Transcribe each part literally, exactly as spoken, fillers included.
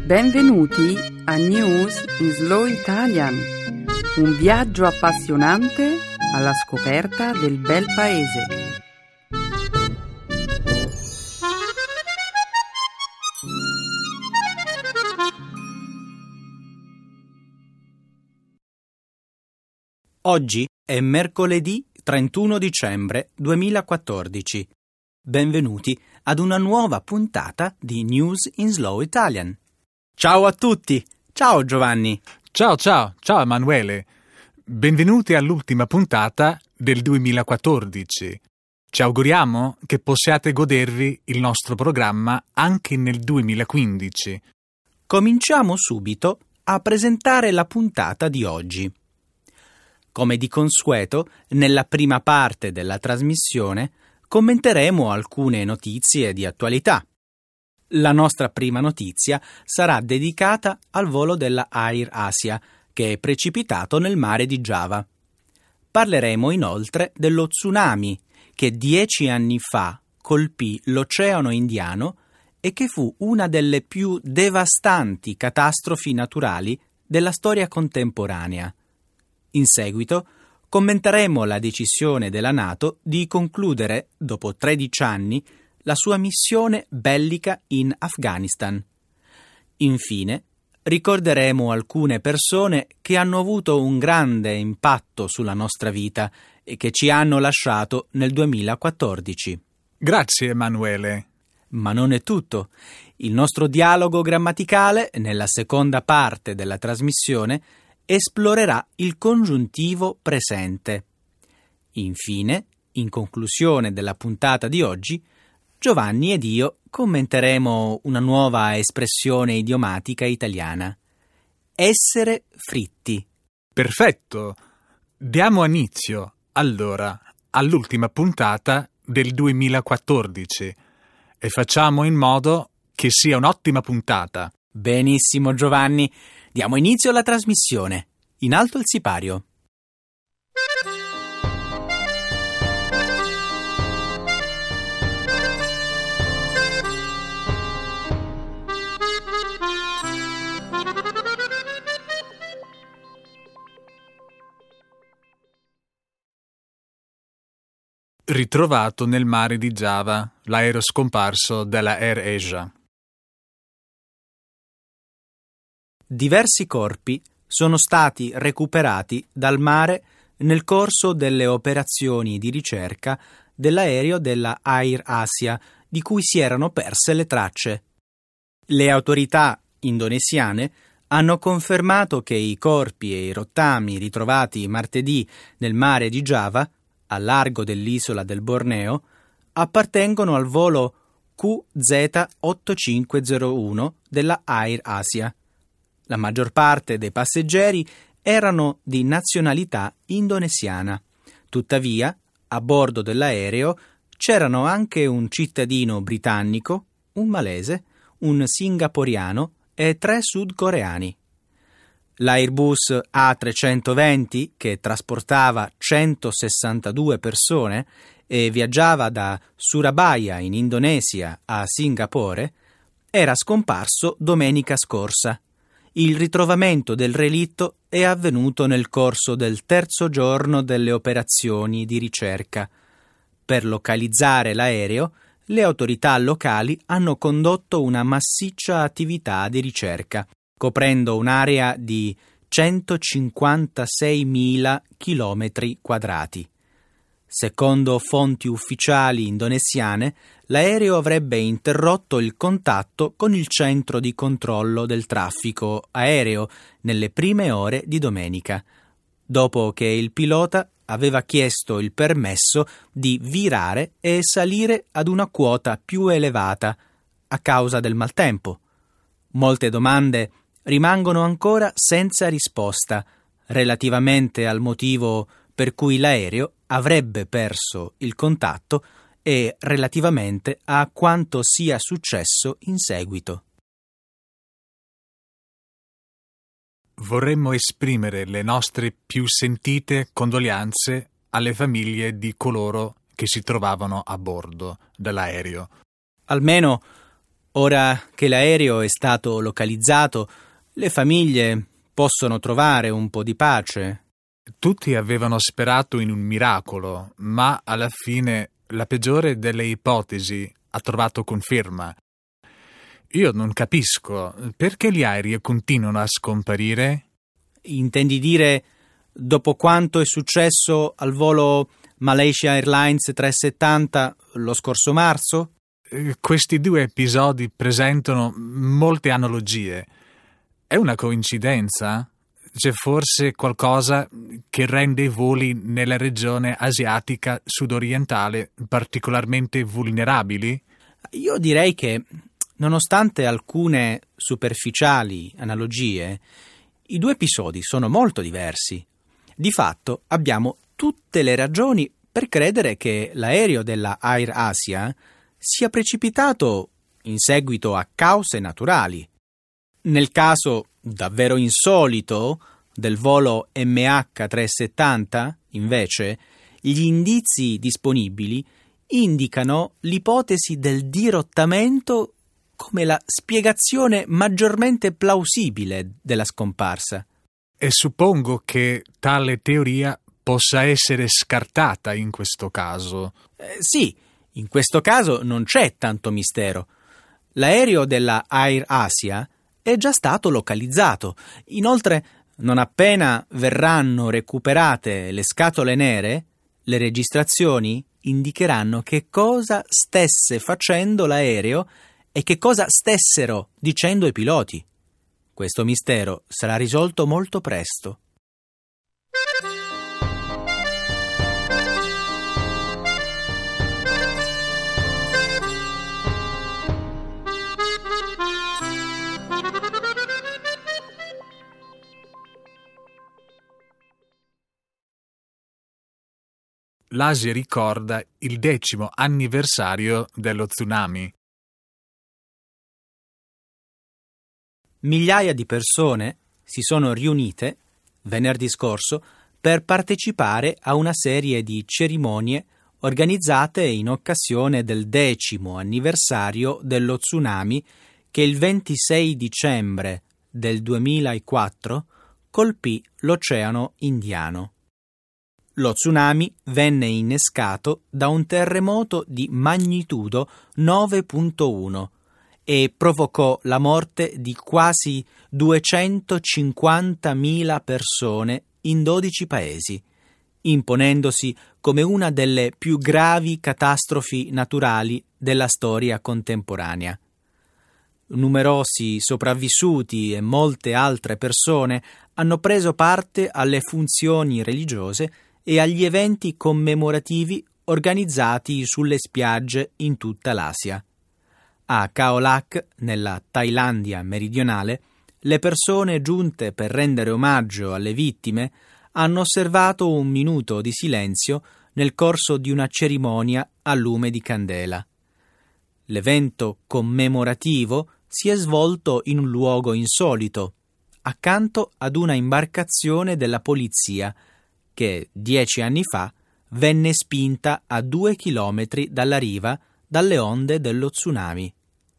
Benvenuti a News in Slow Italian, un viaggio appassionante alla scoperta del bel paese. Oggi è mercoledì trentuno dicembre duemilaquattordici. Benvenuti ad una nuova puntata di News in Slow Italian. Ciao a tutti! Ciao Giovanni! Ciao ciao, ciao Emanuele! Benvenuti all'ultima puntata del duemilaquattordici. Ci auguriamo che possiate godervi il nostro programma anche nel duemilaquindici. Cominciamo subito a presentare la puntata di oggi. Come di consueto, nella prima parte della trasmissione commenteremo alcune notizie di attualità. La nostra prima notizia sarà dedicata al volo della Air Asia, che è precipitato nel mare di Giava. Parleremo inoltre dello tsunami che dieci anni fa colpì l'Oceano Indiano e che fu una delle più devastanti catastrofi naturali della storia contemporanea. In seguito commenteremo la decisione della NATO di concludere, dopo tredici anni, la sua missione bellica in Afghanistan. Infine, ricorderemo alcune persone che hanno avuto un grande impatto sulla nostra vita e che ci hanno lasciato nel duemilaquattordici. Grazie, Emanuele. Ma non è tutto. Il nostro dialogo grammaticale, nella seconda parte della trasmissione, esplorerà il congiuntivo presente. Infine, in conclusione della puntata di oggi, Giovanni ed io commenteremo una nuova espressione idiomatica italiana. Essere fritti. Perfetto. Diamo inizio, allora, all'ultima puntata del duemilaquattordici e facciamo in modo che sia un'ottima puntata. Benissimo, Giovanni. Diamo inizio alla trasmissione. In alto il sipario. Ritrovato nel mare di Giava, l'aereo scomparso della Air Asia. Diversi corpi sono stati recuperati dal mare nel corso delle operazioni di ricerca dell'aereo della Air Asia, di cui si erano perse le tracce. Le autorità indonesiane hanno confermato che i corpi e i rottami ritrovati martedì nel mare di Giava, al largo dell'isola del Borneo, appartengono al volo Q Z ottomilacinquecentouno della Air Asia. La maggior parte dei passeggeri erano di nazionalità indonesiana. Tuttavia, a bordo dell'aereo c'erano anche un cittadino britannico, un malese, un singaporiano e tre sudcoreani. L'Airbus A trecentoventi, che trasportava centosessantadue persone e viaggiava da Surabaya in Indonesia a Singapore, era scomparso domenica scorsa. Il ritrovamento del relitto è avvenuto nel corso del terzo giorno delle operazioni di ricerca. Per localizzare l'aereo, le autorità locali hanno condotto una massiccia attività di ricerca, coprendo un'area di centocinquantaseimila chilometri quadrati. Secondo fonti ufficiali indonesiane, l'aereo avrebbe interrotto il contatto con il centro di controllo del traffico aereo nelle prime ore di domenica, dopo che il pilota aveva chiesto il permesso di virare e salire ad una quota più elevata a causa del maltempo. Molte domande rimangono ancora senza risposta relativamente al motivo per cui l'aereo avrebbe perso il contatto e relativamente a quanto sia successo in seguito. Vorremmo esprimere le nostre più sentite condoglianze alle famiglie di coloro che si trovavano a bordo dell'aereo. Almeno Ora che l'aereo è stato localizzato, le famiglie possono trovare un po' di pace. Tutti avevano sperato in un miracolo, ma alla fine la peggiore delle ipotesi ha trovato conferma. Io non capisco perché gli aerei continuano a scomparire. Intendi dire dopo quanto è successo al volo Malaysia Airlines trecentosettanta lo scorso marzo? Eh, Questi due episodi presentano molte analogie. È una coincidenza? C'è forse qualcosa che rende i voli nella regione asiatica sudorientale particolarmente vulnerabili? Io direi che, nonostante alcune superficiali analogie, i due episodi sono molto diversi. Di fatto abbiamo tutte le ragioni per credere che l'aereo della Air Asia sia precipitato in seguito a cause naturali. Nel caso davvero insolito del volo M H trecentosettanta, invece, gli indizi disponibili indicano l'ipotesi del dirottamento come la spiegazione maggiormente plausibile della scomparsa. E suppongo che tale teoria possa essere scartata in questo caso. Eh, sì, in questo caso non c'è tanto mistero. L'aereo della Air Asia è già stato localizzato. Inoltre, non appena verranno recuperate le scatole nere, le registrazioni indicheranno che cosa stesse facendo l'aereo e che cosa stessero dicendo i piloti. Questo mistero sarà risolto molto presto. L'Asia ricorda il decimo anniversario dello tsunami. Migliaia di persone si sono riunite venerdì scorso per partecipare a una serie di cerimonie organizzate in occasione del decimo anniversario dello tsunami che il ventisei dicembre del duemilaquattro colpì l'Oceano Indiano. Lo tsunami venne innescato da un terremoto di magnitudo nove virgola uno e provocò la morte di quasi duecentocinquantamila persone in dodici paesi, imponendosi come una delle più gravi catastrofi naturali della storia contemporanea. Numerosi sopravvissuti e molte altre persone hanno preso parte alle funzioni religiose e agli eventi commemorativi organizzati sulle spiagge in tutta l'Asia. A Khao Lak, nella Thailandia meridionale, le persone giunte per rendere omaggio alle vittime hanno osservato un minuto di silenzio nel corso di una cerimonia a lume di candela. L'evento commemorativo si è svolto in un luogo insolito, accanto ad una imbarcazione della polizia che dieci anni fa venne spinta a due chilometri dalla riva dalle onde dello tsunami.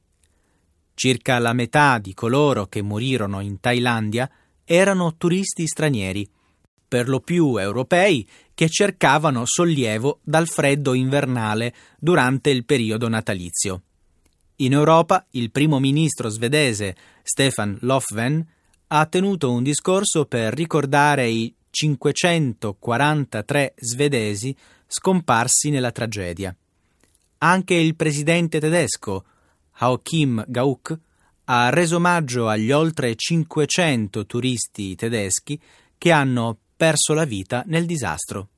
Circa la metà di coloro che morirono in Thailandia erano turisti stranieri, per lo più europei, che cercavano sollievo dal freddo invernale durante il periodo natalizio. In Europa, il primo ministro svedese Stefan Löfven ha tenuto un discorso per ricordare i cinquecentoquarantatré svedesi scomparsi nella tragedia. Anche il presidente tedesco Joachim Gauck ha reso omaggio agli oltre cinquecento turisti tedeschi che hanno perso la vita nel disastro.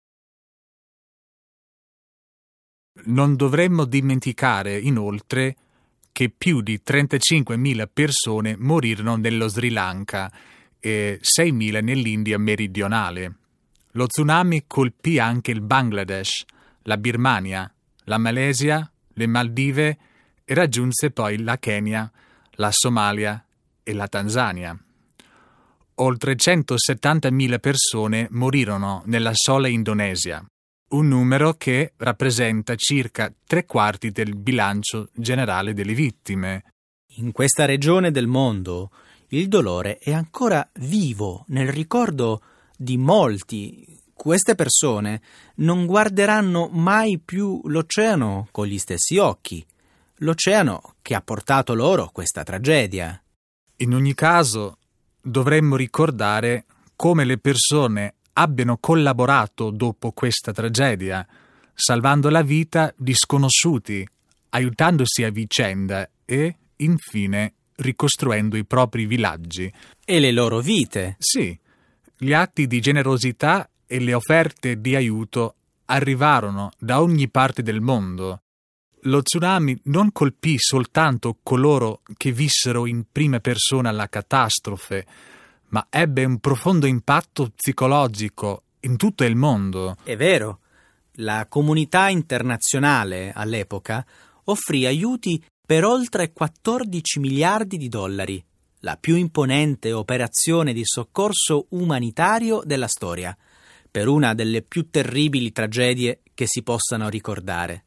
Non dovremmo dimenticare, inoltre, che più di trentacinquemila persone morirono nello Sri Lanka e seimila nell'India meridionale. Lo tsunami colpì anche il Bangladesh, la Birmania, la Malesia, le Maldive e raggiunse poi la Kenya, la Somalia e la Tanzania. Oltre centosettantamila persone morirono nella sola Indonesia. un numero che rappresenta circa tre quarti del bilancio generale delle vittime. In questa regione del mondo il dolore è ancora vivo nel ricordo di molti. Queste persone non guarderanno mai più l'oceano con gli stessi occhi, l'oceano che ha portato loro questa tragedia. In ogni caso, dovremmo ricordare come le persone abbiano collaborato dopo questa tragedia, salvando la vita di sconosciuti, aiutandosi a vicenda e, infine, ricostruendo i propri villaggi. E le loro vite. Sì, gli atti di generosità e le offerte di aiuto arrivarono da ogni parte del mondo. Lo tsunami non colpì soltanto coloro che vissero in prima persona la catastrofe, ma ebbe un profondo impatto psicologico in tutto il mondo. È vero, la comunità internazionale all'epoca offrì aiuti per oltre quattordici miliardi di dollari, la più imponente operazione di soccorso umanitario della storia, per una delle più terribili tragedie che si possano ricordare.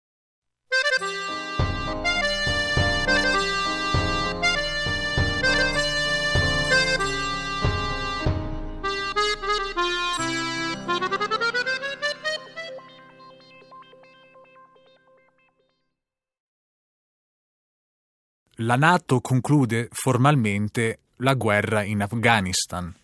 La NATO conclude formalmente la guerra in Afghanistan.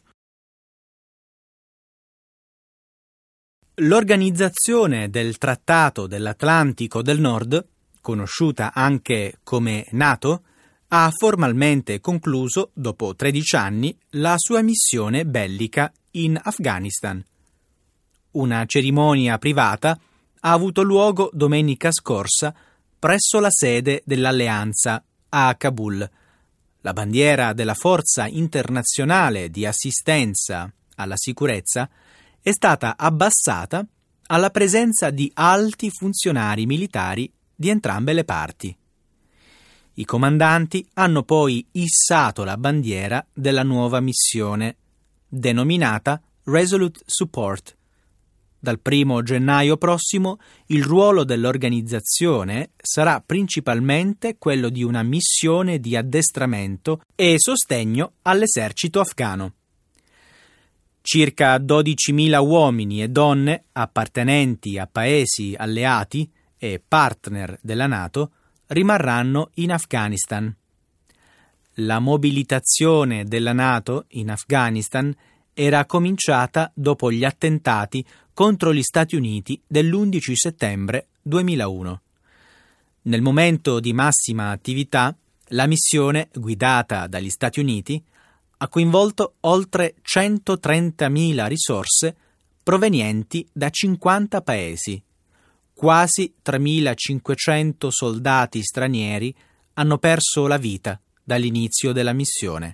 L'organizzazione del Trattato dell'Atlantico del Nord, conosciuta anche come NATO, ha formalmente concluso, dopo tredici anni, la sua missione bellica in Afghanistan. Una cerimonia privata ha avuto luogo domenica scorsa presso la sede dell'Alleanza a Kabul. La bandiera della Forza Internazionale di Assistenza alla Sicurezza è stata abbassata alla presenza di alti funzionari militari di entrambe le parti. I comandanti hanno poi issato la bandiera della nuova missione, denominata Resolute Support. Dal primo gennaio prossimo il ruolo dell'organizzazione sarà principalmente quello di una missione di addestramento e sostegno all'esercito afghano. Circa dodicimila uomini e donne appartenenti a paesi alleati e partner della NATO rimarranno in Afghanistan. La mobilitazione della NATO in Afghanistan era cominciata dopo gli attentati contro gli Stati Uniti dell'undici settembre duemilauno. Nel momento di massima attività, la missione, guidata dagli Stati Uniti, ha coinvolto oltre centotrentamila risorse provenienti da cinquanta paesi. Quasi tremilacinquecento soldati stranieri hanno perso la vita dall'inizio della missione.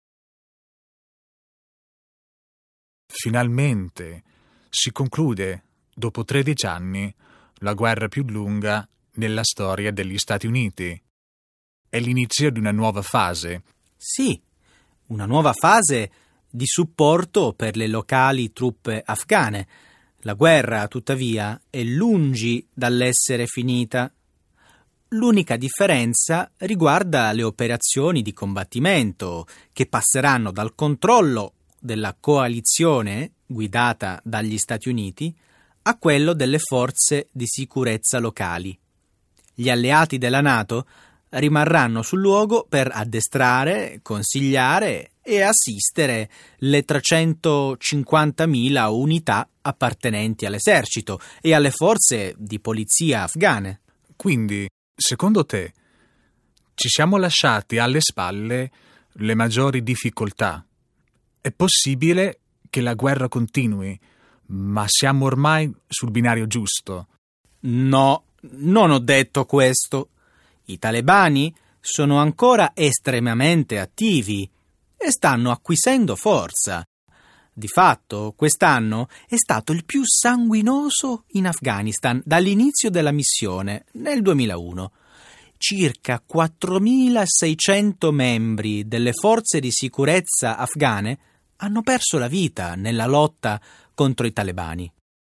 Finalmente si conclude, dopo tredici anni, la guerra più lunga nella storia degli Stati Uniti. È l'inizio di una nuova fase. Sì, una nuova fase di supporto per le locali truppe afghane. La guerra, tuttavia, è lungi dall'essere finita. L'unica differenza riguarda le operazioni di combattimento, che passeranno dal controllo della coalizione guidata dagli Stati Uniti a quello delle forze di sicurezza locali. Gli alleati della NATO rimarranno sul luogo per addestrare, consigliare e assistere le trecentocinquantamila unità appartenenti all'esercito e alle forze di polizia afghane. Quindi, secondo te, ci siamo lasciati alle spalle le maggiori difficoltà? È possibile che la guerra continui, ma siamo ormai sul binario giusto? No, non ho detto questo. I talebani sono ancora estremamente attivi e stanno acquisendo forza. Di fatto, quest'anno è stato il più sanguinoso in Afghanistan dall'inizio della missione, nel duemilauno. Circa quattromilaseicento membri delle forze di sicurezza afghane hanno perso la vita nella lotta contro i talebani.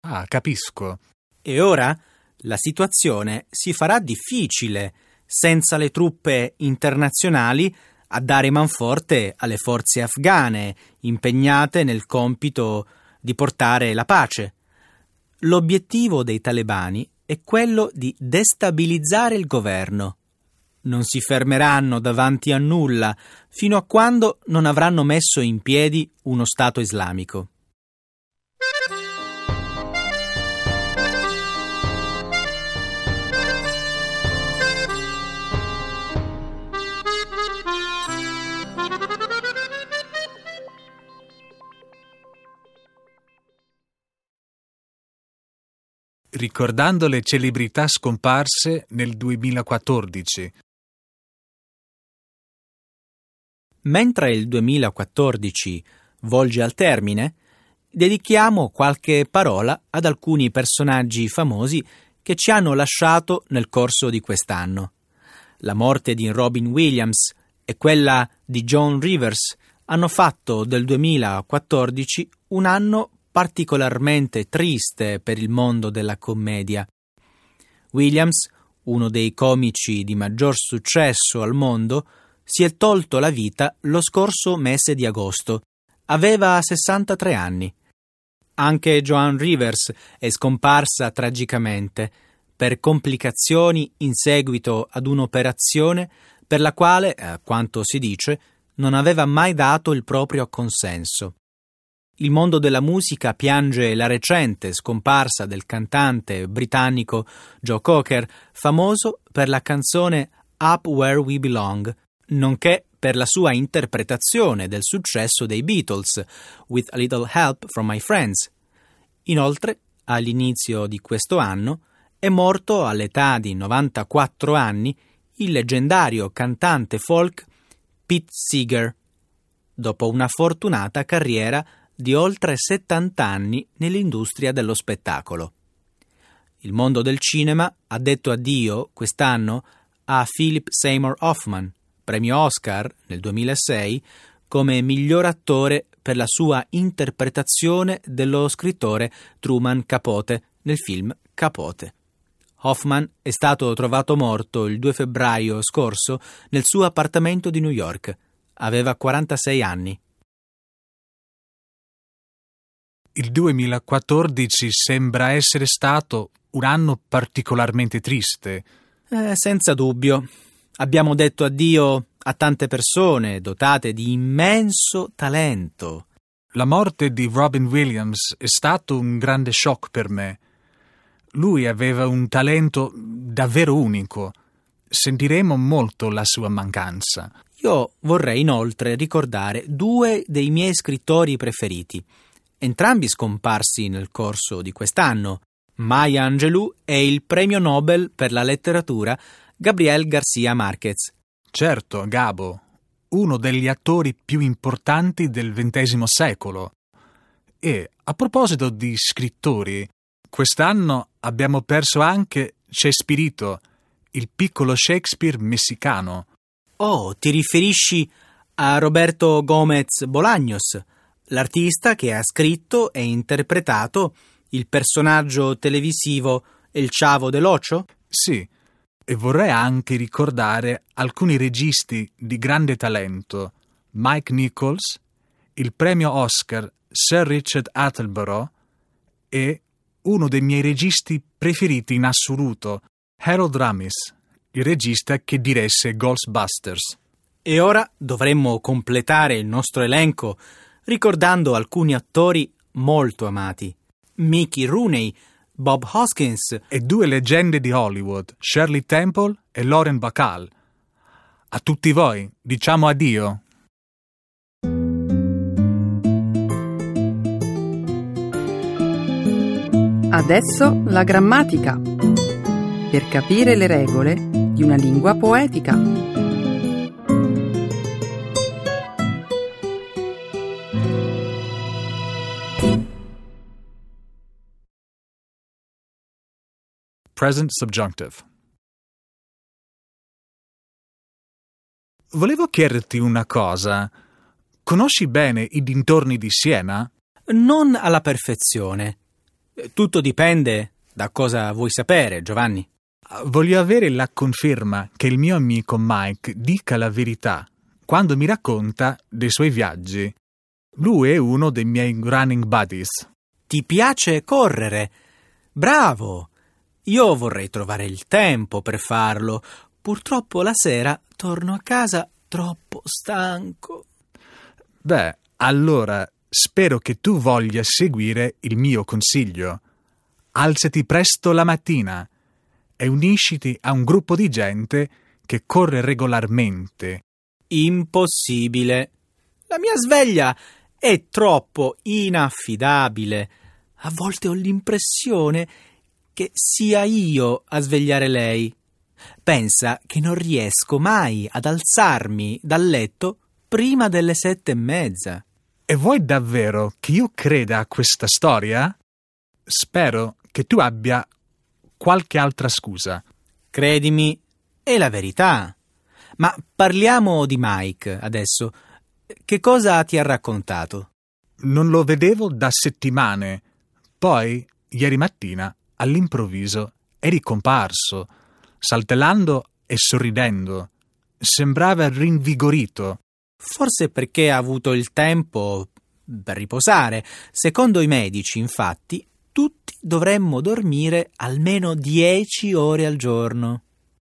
Ah, capisco. E ora la situazione si farà difficile senza le truppe internazionali a dare manforte alle forze afghane impegnate nel compito di portare la pace. L'obiettivo dei talebani è quello di destabilizzare il governo. Non si fermeranno davanti a nulla fino a quando non avranno messo in piedi uno Stato islamico. Ricordando le celebrità scomparse nel duemilaquattordici. Mentre il duemilaquattordici volge al termine, dedichiamo qualche parola ad alcuni personaggi famosi che ci hanno lasciato nel corso di quest'anno. La morte di Robin Williams e quella di Joan Rivers hanno fatto del duemilaquattordici un anno particolarmente triste per il mondo della commedia. Williams, uno dei comici di maggior successo al mondo, si è tolto la vita lo scorso mese di agosto. Aveva sessantatré anni. Anche Joan Rivers è scomparsa tragicamente per complicazioni in seguito ad un'operazione per la quale, a quanto si dice, non aveva mai dato il proprio consenso. Il mondo della musica piange la recente scomparsa del cantante britannico Joe Cocker, famoso per la canzone Up Where We Belong, nonché per la sua interpretazione del successo dei Beatles, With a Little Help from My Friends. Inoltre, all'inizio di questo anno, è morto all'età di novantaquattro anni il leggendario cantante folk Pete Seeger, dopo una fortunata carriera di oltre settanta anni nell'industria dello spettacolo. Il mondo del cinema ha detto addio quest'anno a Philip Seymour Hoffman, premio Oscar nel duemilasei come miglior attore per la sua interpretazione dello scrittore Truman Capote nel film Capote. Hoffman è stato trovato morto il due febbraio scorso nel suo appartamento di New York. Aveva quarantasei anni. Il duemilaquattordici sembra essere stato un anno particolarmente triste. Eh, senza dubbio. Abbiamo detto addio a tante persone dotate di immenso talento. La morte di Robin Williams è stato un grande shock per me. Lui aveva un talento davvero unico. Sentiremo molto la sua mancanza. Io vorrei inoltre ricordare due dei miei scrittori preferiti, entrambi scomparsi nel corso di quest'anno, Maya Angelou e il premio Nobel per la letteratura Gabriel García Márquez. Certo, Gabo, uno degli attori più importanti del ventesimo secolo. E, a proposito di scrittori, quest'anno abbiamo perso anche Chespirito, il piccolo Shakespeare messicano. Oh, ti riferisci a Roberto Gómez Bolaños, l'artista che ha scritto e interpretato il personaggio televisivo El Chavo del Ocho? Sì, e vorrei anche ricordare alcuni registi di grande talento. Mike Nichols, il premio Oscar Sir Richard Attenborough e uno dei miei registi preferiti in assoluto, Harold Ramis, il regista che diresse Ghostbusters. E ora dovremmo completare il nostro elenco ricordando alcuni attori molto amati. Mickey Rooney, Bob Hoskins e due leggende di Hollywood, Shirley Temple e Lauren Bacall. A tutti voi diciamo addio. Adesso la grammatica, per capire le regole di una lingua poetica. Present subjunctive. Volevo chiederti una cosa. Conosci bene i dintorni di Siena? Non alla perfezione. Tutto dipende da cosa vuoi sapere, Giovanni. Voglio avere la conferma che il mio amico Mike dica la verità quando mi racconta dei suoi viaggi. Lui è uno dei miei running buddies. Ti piace correre? Bravo! Io vorrei trovare il tempo per farlo. Purtroppo la sera torno a casa troppo stanco. Beh, allora spero che tu voglia seguire il mio consiglio. Alzati presto la mattina e unisciti a un gruppo di gente che corre regolarmente. Impossibile. La mia sveglia è troppo inaffidabile. A volte ho l'impressione che sia io a svegliare lei. Pensa che non riesco mai ad alzarmi dal letto prima delle sette e mezza. E vuoi davvero che io creda a questa storia? Spero che tu abbia qualche altra scusa. Credimi, è la verità. Ma parliamo di Mike adesso. Che cosa ti ha raccontato? Non lo vedevo da settimane. Poi, ieri mattina, all'improvviso, è ricomparso, saltellando e sorridendo. Sembrava rinvigorito. Forse perché ha avuto il tempo per riposare. Secondo i medici, infatti, tutti dovremmo dormire almeno dieci ore al giorno.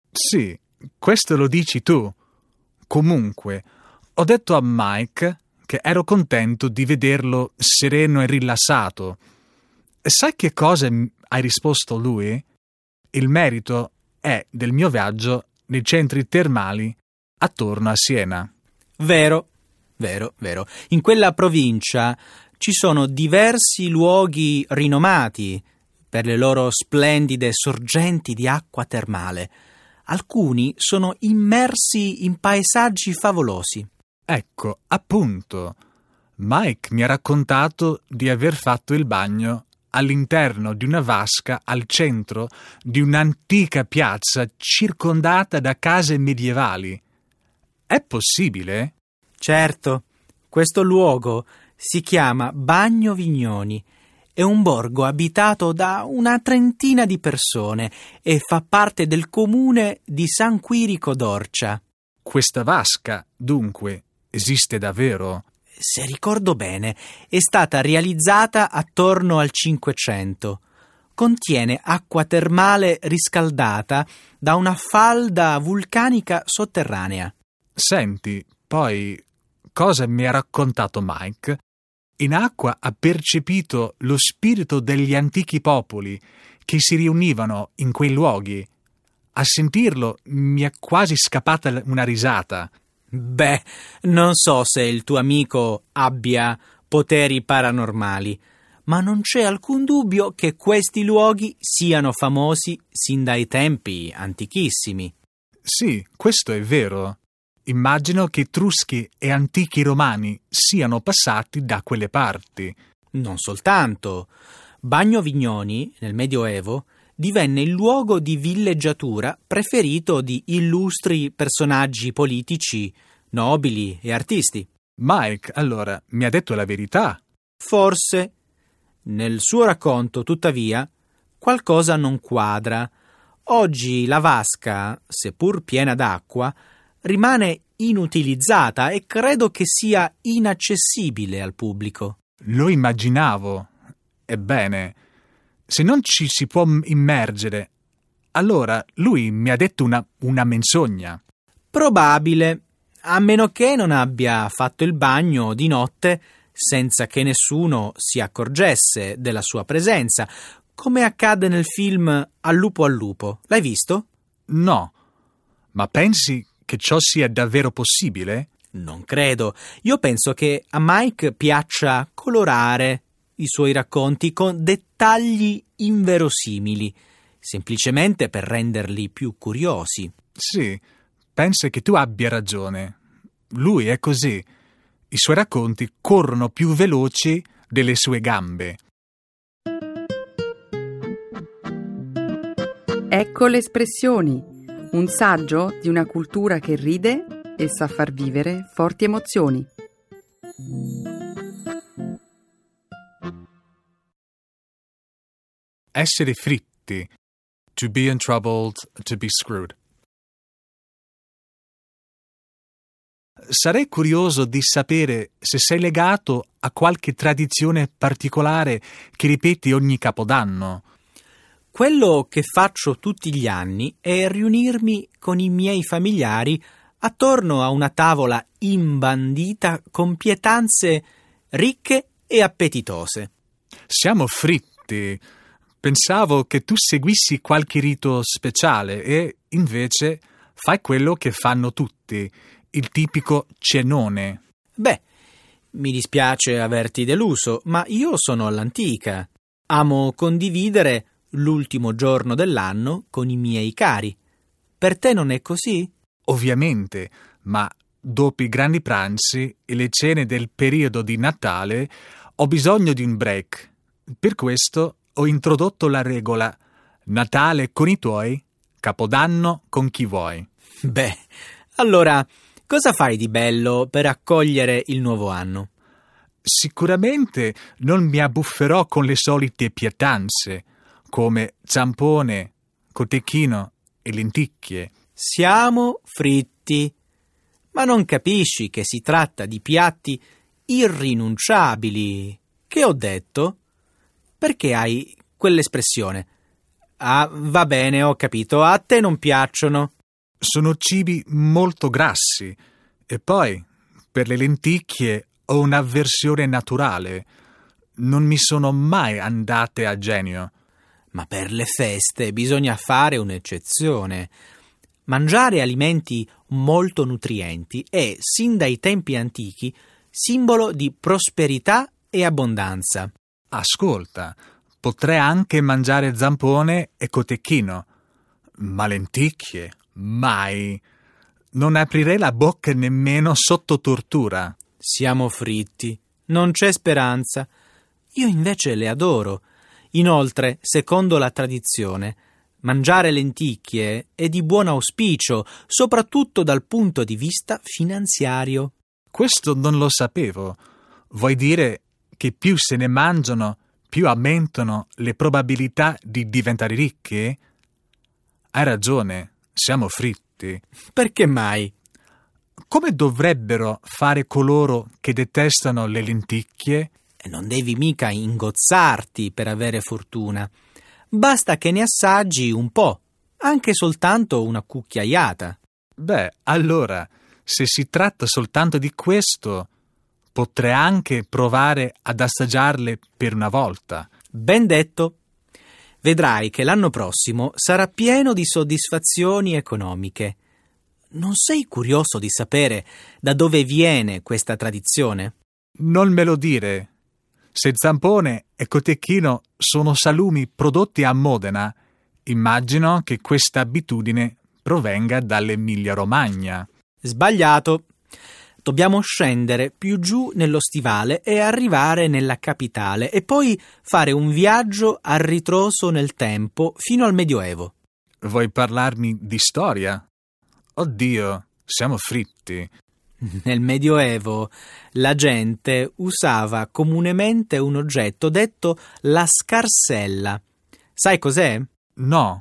Sì, questo lo dici tu. Comunque, ho detto a Mike che ero contento di vederlo sereno e rilassato. E sai che cosa hai risposto lui? Il merito è del mio viaggio nei centri termali attorno a Siena. Vero, vero, vero. In quella provincia ci sono diversi luoghi rinomati per le loro splendide sorgenti di acqua termale. Alcuni sono immersi in paesaggi favolosi. Ecco, appunto. Mike mi ha raccontato di aver fatto il bagno all'interno di una vasca al centro di un'antica piazza circondata da case medievali. È possibile? Certo, questo luogo si chiama Bagno Vignoni. È un borgo abitato da una trentina di persone e fa parte del comune di San Quirico d'Orcia. Questa vasca, dunque, esiste davvero? Se ricordo bene, è stata realizzata attorno al Cinquecento. Contiene acqua termale riscaldata da una falda vulcanica sotterranea. Senti, poi, cosa mi ha raccontato Mike? In acqua ha percepito lo spirito degli antichi popoli che si riunivano in quei luoghi. A sentirlo mi è quasi scappata una risata. Beh, non so se il tuo amico abbia poteri paranormali, ma non c'è alcun dubbio che questi luoghi siano famosi sin dai tempi antichissimi. Sì, questo è vero. Immagino che Etruschi e antichi romani siano passati da quelle parti. Non soltanto. Bagno Vignoni, nel Medioevo, divenne il luogo di villeggiatura preferito di illustri personaggi politici, nobili e artisti. Mike, allora, mi ha detto la verità? Forse. Nel suo racconto, tuttavia, qualcosa non quadra. Oggi la vasca, seppur piena d'acqua, rimane inutilizzata e credo che sia inaccessibile al pubblico. Lo immaginavo. Ebbene, se non ci si può immergere, allora lui mi ha detto una, una menzogna. Probabile, a meno che non abbia fatto il bagno di notte senza che nessuno si accorgesse della sua presenza, come accade nel film Al lupo al lupo. L'hai visto? No, ma pensi che ciò sia davvero possibile? Non credo. Io penso che a Mike piaccia colorare i suoi racconti con dettagli inverosimili, semplicemente per renderli più curiosi. Sì, penso che tu abbia ragione. Lui è così. I suoi racconti corrono più veloci delle sue gambe. Ecco le espressioni, un saggio di una cultura che ride e sa far vivere forti emozioni. essere fritti. To be untroubled, to be screwed. Sarei curioso di sapere se sei legato a qualche tradizione particolare che ripeti ogni Capodanno. Quello che faccio tutti gli anni è riunirmi con i miei familiari attorno a una tavola imbandita con pietanze ricche e appetitose. Siamo fritti. Pensavo che tu seguissi qualche rito speciale e, invece, fai quello che fanno tutti, il tipico cenone. Beh, mi dispiace averti deluso, ma io sono all'antica. Amo condividere l'ultimo giorno dell'anno con i miei cari. Per te non è così? Ovviamente, ma dopo i grandi pranzi e le cene del periodo di Natale ho bisogno di un break. Per questo ho introdotto la regola: Natale con i tuoi, Capodanno con chi vuoi. Beh, allora, cosa fai di bello per accogliere il nuovo anno? Sicuramente non mi abbufferò con le solite pietanze, come zampone, cotechino e lenticchie. Siamo fritti. Ma non capisci che si tratta di piatti irrinunciabili? Che ho detto? Perché hai quell'espressione? Ah, va bene, ho capito, a te non piacciono. Sono cibi molto grassi e poi, per le lenticchie, ho un'avversione naturale. Non mi sono mai andate a genio. Ma per le feste bisogna fare un'eccezione. Mangiare alimenti molto nutrienti è, sin dai tempi antichi, simbolo di prosperità e abbondanza. Ascolta, potrei anche mangiare zampone e cotechino, ma lenticchie, mai. Non aprirei la bocca nemmeno sotto tortura. Siamo fritti, non c'è speranza. Io invece le adoro. Inoltre, secondo la tradizione, mangiare lenticchie è di buon auspicio, soprattutto dal punto di vista finanziario. Questo non lo sapevo. Vuoi dire che più se ne mangiano, più aumentano le probabilità di diventare ricchi? Hai ragione, siamo fritti. Perché mai? Come dovrebbero fare coloro che detestano le lenticchie? E non devi mica ingozzarti per avere fortuna. Basta che ne assaggi un po', anche soltanto una cucchiaiata. Beh, allora, se si tratta soltanto di questo, potrei anche provare ad assaggiarle per una volta. Ben detto. Vedrai che l'anno prossimo sarà pieno di soddisfazioni economiche. Non sei curioso di sapere da dove viene questa tradizione? Non me lo dire. Se zampone e cotechino sono salumi prodotti a Modena, immagino che questa abitudine provenga dall'Emilia-Romagna. Sbagliato. Dobbiamo scendere più giù nello stivale e arrivare nella capitale e poi fare un viaggio a ritroso nel tempo fino al Medioevo. Vuoi parlarmi di storia? Oddio, siamo fritti. Nel Medioevo la gente usava comunemente un oggetto detto la scarsella. Sai cos'è? No,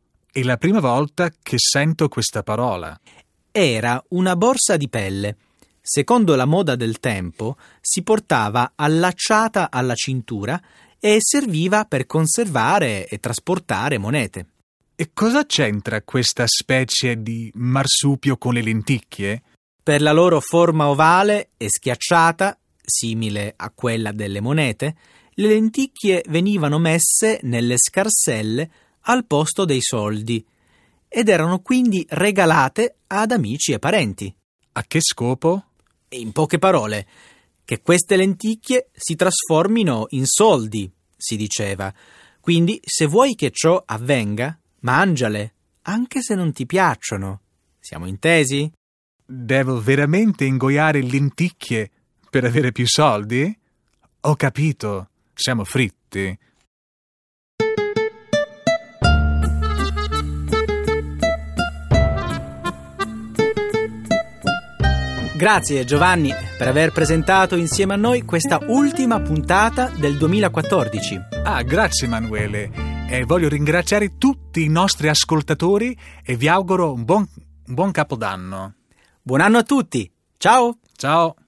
è la prima volta che sento questa parola. Era una borsa di pelle. Secondo la moda del tempo, si portava allacciata alla cintura e serviva per conservare e trasportare monete. E cosa c'entra questa specie di marsupio con le lenticchie? Per la loro forma ovale e schiacciata, simile a quella delle monete, le lenticchie venivano messe nelle scarselle al posto dei soldi ed erano quindi regalate ad amici e parenti. A che scopo? In poche parole, che queste lenticchie si trasformino in soldi, si diceva. Quindi, se vuoi che ciò avvenga, mangiale, anche se non ti piacciono. Siamo intesi? Devo veramente ingoiare lenticchie per avere più soldi? Ho capito, siamo fritti. Grazie Giovanni per aver presentato insieme a noi questa ultima puntata del duemilaquattordici. Ah, grazie Emanuele. e voglio ringraziare tutti i nostri ascoltatori e vi auguro un buon, un buon Capodanno. Buon anno a tutti. Ciao. Ciao.